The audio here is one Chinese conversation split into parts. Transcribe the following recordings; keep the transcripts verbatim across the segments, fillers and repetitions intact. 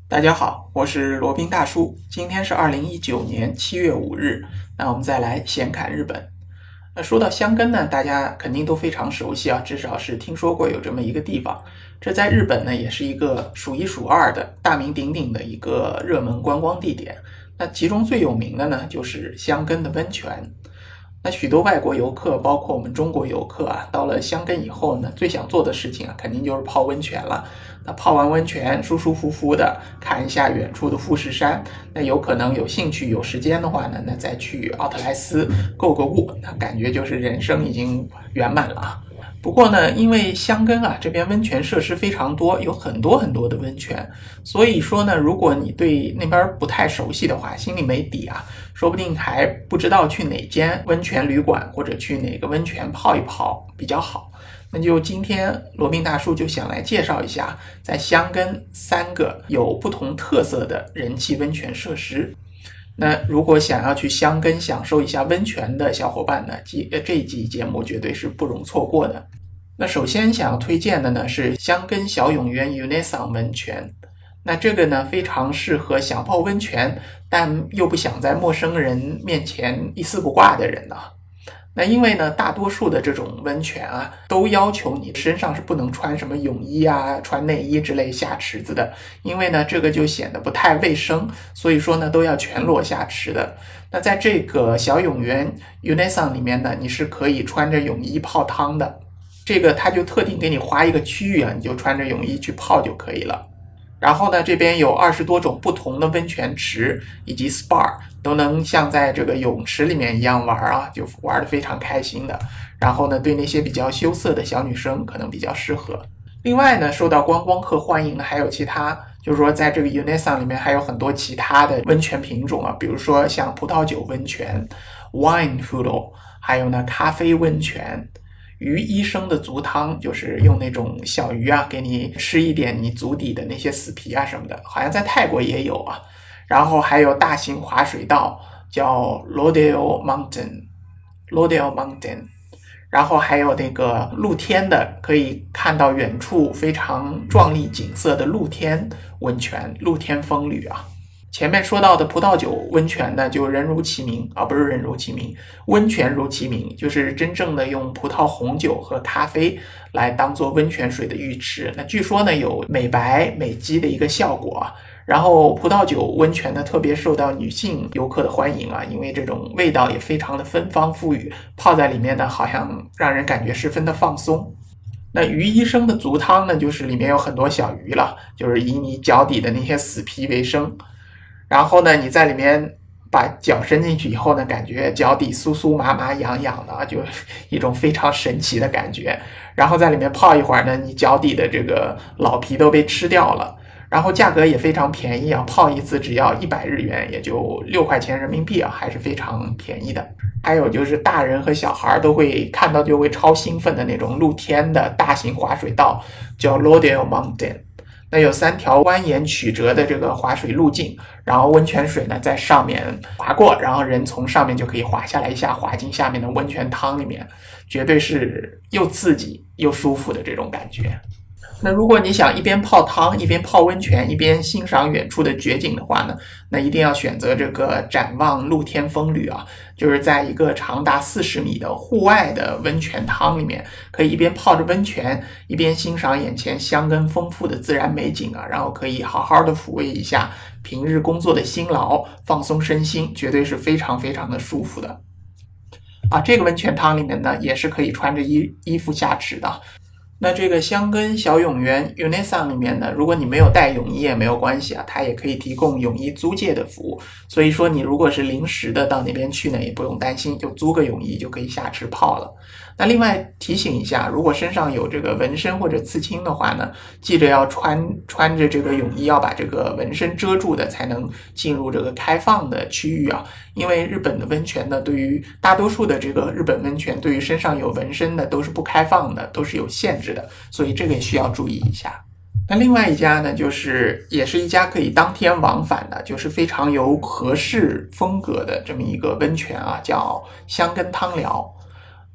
大家好，我是罗宾大叔。今天是二零一九年七月五日，那我们再来闲侃日本。那说到箱根呢，大家肯定都非常熟悉啊，至少是听说过有这么一个地方。这在日本呢，也是一个数一数二的大名鼎鼎的一个热门观光地点。那其中最有名的呢，就是箱根的温泉。那许多外国游客，包括我们中国游客啊，到了箱根以后呢，最想做的事情啊，肯定就是泡温泉了。那泡完温泉，舒舒服服的看一下远处的富士山。那有可能有兴趣、有时间的话呢，那再去奥特莱斯购个物，那感觉就是人生已经圆满了啊。不过呢，因为箱根啊这边温泉设施非常多，有很多很多的温泉，所以说呢，如果你对那边不太熟悉的话，心里没底啊，说不定还不知道去哪间温泉旅馆或者去哪个温泉泡一泡比较好。那就今天罗宾大叔就想来介绍一下在箱根三个有不同特色的人气温泉设施。那如果想要去箱根享受一下温泉的小伙伴呢，这一集节目绝对是不容错过的。那首先想要推荐的呢是箱根小涌园 Unesan 温泉。那这个呢非常适合想泡温泉但又不想在陌生人面前一丝不挂的人呢。那因为呢大多数的这种温泉啊都要求你身上是不能穿什么泳衣啊穿内衣之类下池子的，因为呢这个就显得不太卫生，所以说呢都要全裸下池的。那在这个小涌园 Unesan 里面呢，你是可以穿着泳衣泡汤的，这个他就特定给你划一个区域啊，你就穿着泳衣去泡就可以了。然后呢这边有二十多种不同的温泉池以及 S P A 都能像在这个泳池里面一样玩啊，就玩得非常开心的。然后呢对那些比较羞涩的小女生可能比较适合。另外呢受到观光客欢迎的还有其他，就是说在这个 Unesan 里面还有很多其他的温泉品种啊，比如说像葡萄酒温泉 Wine Pool， 还有呢咖啡温泉，鱼医生的足汤，就是用那种小鱼啊给你吃一点你足底的那些死皮啊什么的，好像在泰国也有啊。然后还有大型滑水道叫 Rodeo Mountain Rodeo Mountain， 然后还有那个露天的可以看到远处非常壮丽景色的露天温泉露天风旅啊。前面说到的葡萄酒温泉呢，就人如其名啊，不是人如其名，温泉如其名，就是真正的用葡萄红酒和咖啡来当做温泉水的浴池。那据说呢有美白美肌的一个效果啊。然后葡萄酒温泉呢特别受到女性游客的欢迎啊，因为这种味道也非常的芬芳馥郁，泡在里面呢好像让人感觉十分的放松。那鱼医生的足汤呢，就是里面有很多小鱼了，就是以你脚底的那些死皮为生。然后呢你在里面把脚伸进去以后呢，感觉脚底酥酥麻麻痒痒的，就一种非常神奇的感觉。然后在里面泡一会儿呢，你脚底的这个老皮都被吃掉了。然后价格也非常便宜啊，泡一次只要一百日元，也就六块钱人民币啊，还是非常便宜的。还有就是大人和小孩都会看到就会超兴奋的那种露天的大型滑水道，叫 Rodeo Mountain。那有三条蜿蜒曲折的这个滑水路径，然后温泉水呢在上面滑过，然后人从上面就可以滑下来，一下滑进下面的温泉汤里面，绝对是又刺激又舒服的这种感觉。那如果你想一边泡汤一边泡温泉一边欣赏远处的绝景的话呢，那一定要选择这个展望露天风旅啊，就是在一个长达四十米的户外的温泉汤里面，可以一边泡着温泉一边欣赏眼前箱根丰富的自然美景啊，然后可以好好的抚慰一下平日工作的辛劳，放松身心，绝对是非常非常的舒服的啊。这个温泉汤里面呢也是可以穿着衣衣服下池的。那这个箱根小涌园 Unesan 里面呢，如果你没有带泳衣也没有关系啊，它也可以提供泳衣租借的服务。所以说你如果是临时的到那边去呢，也不用担心，就租个泳衣就可以下池泡了。那另外提醒一下，如果身上有这个纹身或者刺青的话呢，记着要穿穿着这个泳衣，要把这个纹身遮住的，才能进入这个开放的区域啊。因为日本的温泉呢，对于大多数的这个日本温泉，对于身上有纹身的都是不开放的，都是有限制的，所以这个也需要注意一下。那另外一家呢，就是也是一家可以当天往返的，就是非常有和式风格的这么一个温泉啊，叫箱根汤疗。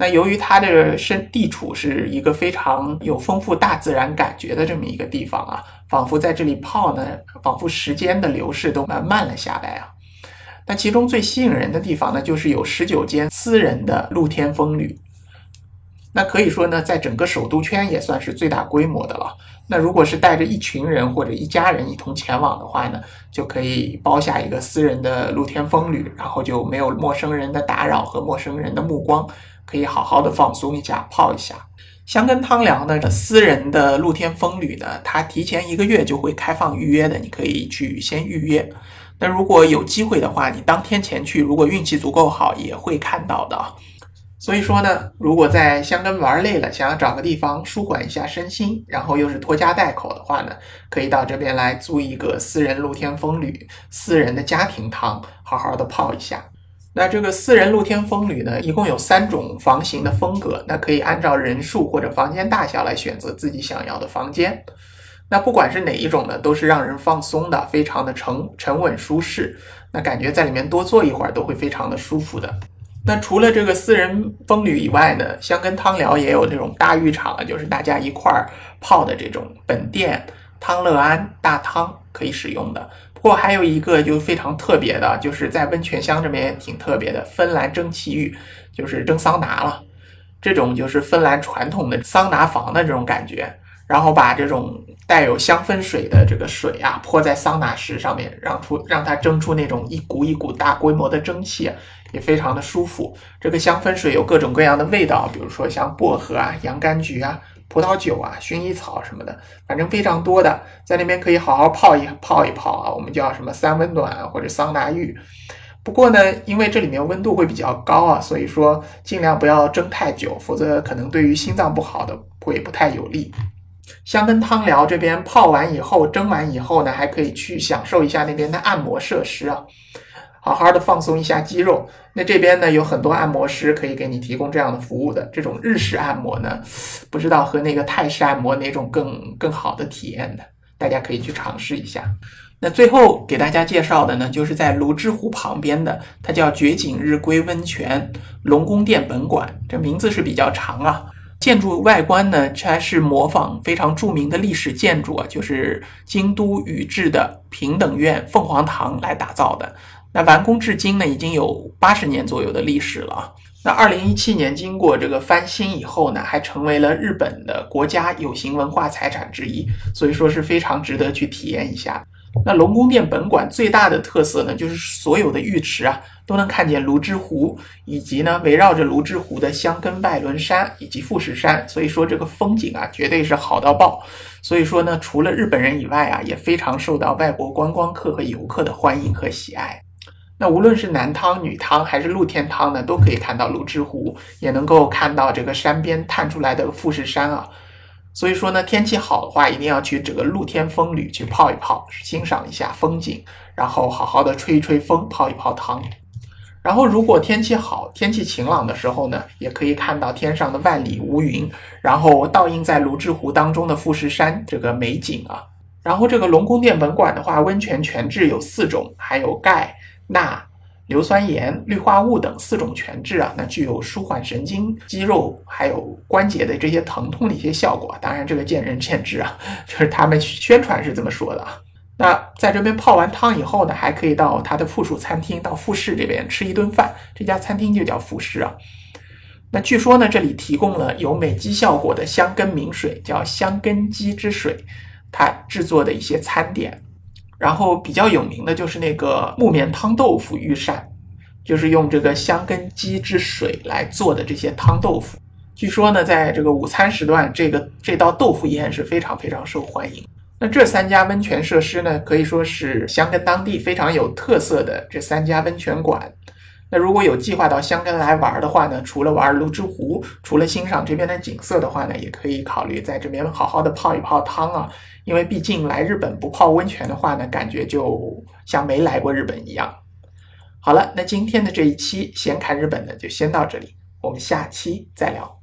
那由于它的身地处是一个非常有丰富大自然感觉的这么一个地方啊，仿佛在这里泡呢，仿佛时间的流逝都慢了下来啊。那其中最吸引人的地方呢，就是有十九间私人的露天风旅。那可以说呢，在整个首都圈也算是最大规模的了。那如果是带着一群人或者一家人一同前往的话呢，就可以包下一个私人的露天风旅，然后就没有陌生人的打扰和陌生人的目光，可以好好的放松一下，泡一下。香根汤寮呢，私人的露天风旅呢，它提前一个月就会开放预约的，你可以去先预约。那如果有机会的话，你当天前去，如果运气足够好，也会看到的。所以说呢，如果在香根玩累了，想要找个地方舒缓一下身心，然后又是拖家带口的话呢，可以到这边来租一个私人露天风旅，私人的家庭汤，好好的泡一下。那这个私人露天风旅呢，一共有三种房型的风格，那可以按照人数或者房间大小来选择自己想要的房间。那不管是哪一种呢，都是让人放松的，非常的沉沉稳舒适，那感觉在里面多坐一会儿都会非常的舒服的。那除了这个私人风旅以外呢，香根汤寮也有这种大浴场，就是大家一块儿泡的这种本店汤乐安大汤可以使用的。不过还有一个就非常特别的，就是在温泉乡这边也挺特别的，芬兰蒸汽浴，就是蒸桑拿了。这种就是芬兰传统的桑拿房的这种感觉，然后把这种带有香氛水的这个水啊泼在桑拿石上面，让出让它蒸出那种一股一股大规模的蒸汽啊，也非常的舒服。这个香氛水有各种各样的味道，比如说像薄荷啊、洋甘菊啊、葡萄酒啊、薰衣草什么的，反正非常多的，在那边可以好好泡一泡一泡啊，我们叫什么三温暖啊或者桑拿浴。不过呢，因为这里面温度会比较高啊，所以说尽量不要蒸太久，否则可能对于心脏不好的会不太有利。香根汤寮这边泡完以后蒸完以后呢，还可以去享受一下那边的按摩设施啊，好好的放松一下肌肉。那这边呢有很多按摩师可以给你提供这样的服务的，这种日式按摩呢，不知道和那个泰式按摩哪种更更好的体验的，大家可以去尝试一下。那最后给大家介绍的呢，就是在泸沽湖旁边的，它叫绝景日归温泉龙宫殿本馆，这名字是比较长啊。建筑外观呢，它是模仿非常著名的历史建筑啊，就是京都宇治的平等院凤凰堂来打造的。那完工至今呢，已经有八十年左右的历史了。那二零一七年经过这个翻新以后呢，还成为了日本的国家有形文化财产之一，所以说是非常值得去体验一下。那龙宫殿本馆最大的特色呢，就是所有的浴池啊都能看见泸沽湖，以及呢围绕着泸沽湖的香根外轮山以及富士山，所以说这个风景啊绝对是好到爆。所以说呢，除了日本人以外啊，也非常受到外国观光客和游客的欢迎和喜爱。那无论是男汤、女汤还是露天汤呢，都可以看到泸沽湖，也能够看到这个山边探出来的富士山啊。所以说呢，天气好的话，一定要去这个露天风旅去泡一泡，欣赏一下风景，然后好好的吹一吹风，泡一泡汤。然后如果天气好，天气晴朗的时候呢，也可以看到天上的万里无云，然后倒映在泸沽湖当中的富士山这个美景啊。然后这个龙宫殿本馆的话，温泉泉质有四种，还有钙、钠、硫酸盐、氯化物等四种泉质啊，那具有舒缓神经、肌肉还有关节的这些疼痛的一些效果。当然这个见仁见智啊，就是他们宣传是这么说的啊。那在这边泡完汤以后呢，还可以到它的附属餐厅，到富士这边吃一顿饭，这家餐厅就叫富士啊。那据说呢，这里提供了有美肌效果的香根名水，叫香根鸡之水，它制作的一些餐点。然后比较有名的就是那个木棉汤豆腐御膳，就是用这个香根鸡之水来做的这些汤豆腐。据说呢，在这个午餐时段，这个这道豆腐宴是非常非常受欢迎。那这三家温泉设施呢，可以说是香根当地非常有特色的这三家温泉馆。那如果有计划到香根来玩的话呢，除了玩泸沽湖，除了欣赏这边的景色的话呢，也可以考虑在这边好好的泡一泡汤啊。因为毕竟来日本不泡温泉的话呢，感觉就像没来过日本一样。好了，那今天的这一期闲侃日本呢，就先到这里，我们下期再聊。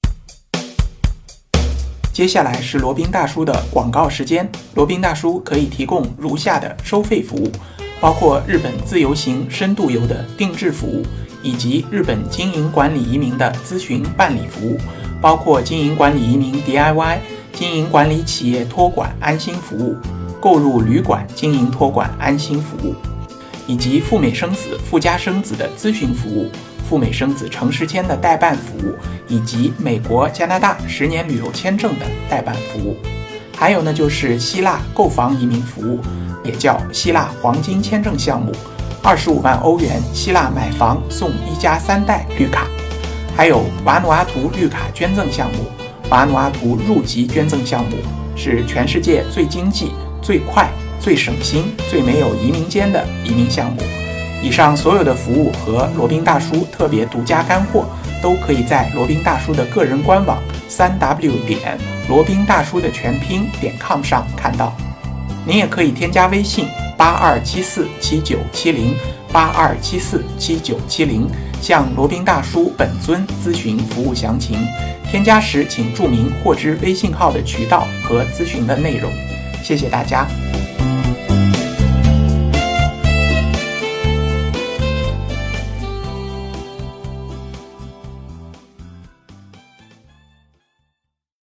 接下来是罗宾大叔的广告时间。罗宾大叔可以提供如下的收费服务，包括日本自由行、深度游的定制服务， 以及日本经营管理移民的咨询办理服务，包括经营管理移民 D I Y、 经营管理企业托管安心服务、购入旅馆经营托管安心服务，以及赴美生子、赴加生子的咨询服务、赴美生子城市签的代办服务，以及美国、加拿大十年旅游签证的代办服务。还有呢，就是希腊购房移民服务，也叫希腊黄金签证项目，二十五万欧元，希腊买房送一家三代绿卡。还有瓦努阿图绿卡捐赠项目，瓦努阿图入籍捐赠项目是全世界最经济、最快、最省心、最没有移民监的移民项目。以上所有的服务和罗宾大叔特别独家干货，都可以在罗宾大叔的个人官网 三 w 点罗宾大叔的全拼点 com 上看到。您也可以添加微信八二七四七九七零八二七四七九七零，向罗宾大叔本尊咨询服务详情。添加时请注明获知微信号的渠道和咨询的内容。谢谢大家。